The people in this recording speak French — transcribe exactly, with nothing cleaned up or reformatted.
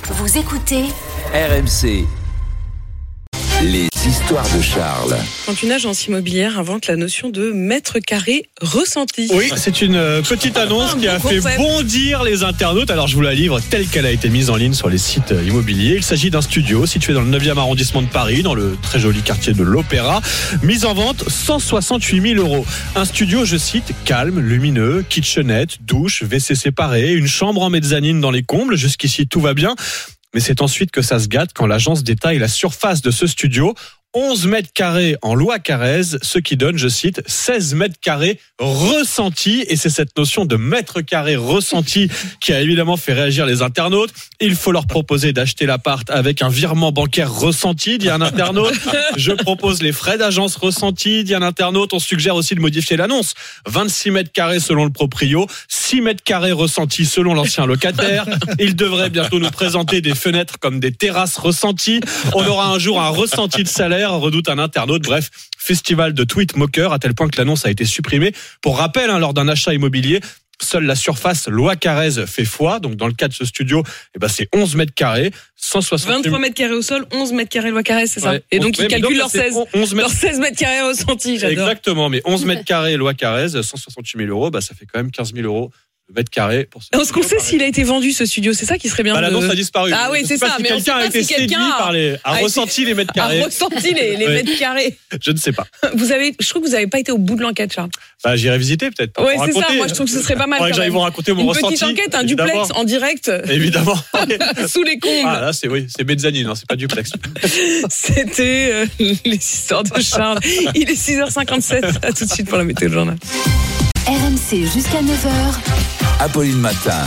Vous écoutez R M C. Les histoires de Charles. Quand une agence immobilière invente la notion de mètre carré ressenti. Oui, c'est une petite annonce qui a fait bondir les internautes. Alors je vous la livre telle qu'elle a été mise en ligne sur les sites immobiliers. Il s'agit d'un studio situé dans le neuvième arrondissement de Paris, dans le très joli quartier de l'Opéra. Mise en vente cent soixante-huit mille euros. Un studio, je cite, calme, lumineux, kitchenette, douche, W C séparé, une chambre en mezzanine dans les combles. Jusqu'ici, tout va bien. Mais c'est ensuite que ça se gâte quand l'agence détaille la surface de ce studio. onze mètres carrés en loi Carrez, ce qui donne, je cite, seize mètres carrés ressentis. Et c'est cette notion de mètre carré ressenti qui a évidemment fait réagir les internautes. Il faut leur proposer d'acheter l'appart avec un virement bancaire ressenti, dit un internaute. Je propose les frais d'agence ressentis, dit un internaute. On suggère aussi de modifier l'annonce. vingt-six mètres carrés selon le proprio, six mètres carrés ressentis selon l'ancien locataire. Il devrait bientôt nous présenter des fenêtres comme des terrasses ressenties. On aura un jour un ressenti de salaire, redoute un internaute. Bref, festival de tweets moqueurs à tel point que l'annonce a été supprimée. Pour rappel, hein, lors d'un achat immobilier, seule la surface loi Carrez fait foi. Donc dans le cas de ce studio, eh ben, c'est onze mètres carrés, cent soixante vingt-trois mètres carrés au sol, onze mètres carrés loi Carrez, c'est ça. Ouais. Et donc ils ouais, calculent leurs seize, seize mètres carrés ressentis, j'adore. Exactement, mais onze mètres carrés loi Carrez, cent soixante-huit mille euros, bah, ça fait quand même quinze mille euros. Le mètre carré pour ce Est-ce qu'on sait s'il a été vendu, ce studio? C'est ça qui serait bien. Bah, de... l'annonce a disparu. Ah oui, c'est ça. Si mais quelqu'un on sait a pas été si quelqu'un séduit par les, a, a ressenti été, les mètres carrés. A ressenti les, les oui. mètres carrés. Je ne sais pas. Vous avez, je trouve que vous n'avez pas été au bout de l'enquête, Charles. Bah, j'irai visiter peut-être. Oui, c'est ça. Moi, je trouve que ce serait pas mal. Faudrait que j'aille vous raconter mon Une ressenti. petite enquête, un évidemment. duplex en direct. Évidemment. Sous les combles. Ah là, c'est oui, c'est mezzanine, hein, c'est pas duplex. C'était euh, les histoires de Charles. Il est six heures cinquante-sept. À tout de suite pour la météo journal. R M C jusqu'à neuf heures. Apolline Matin.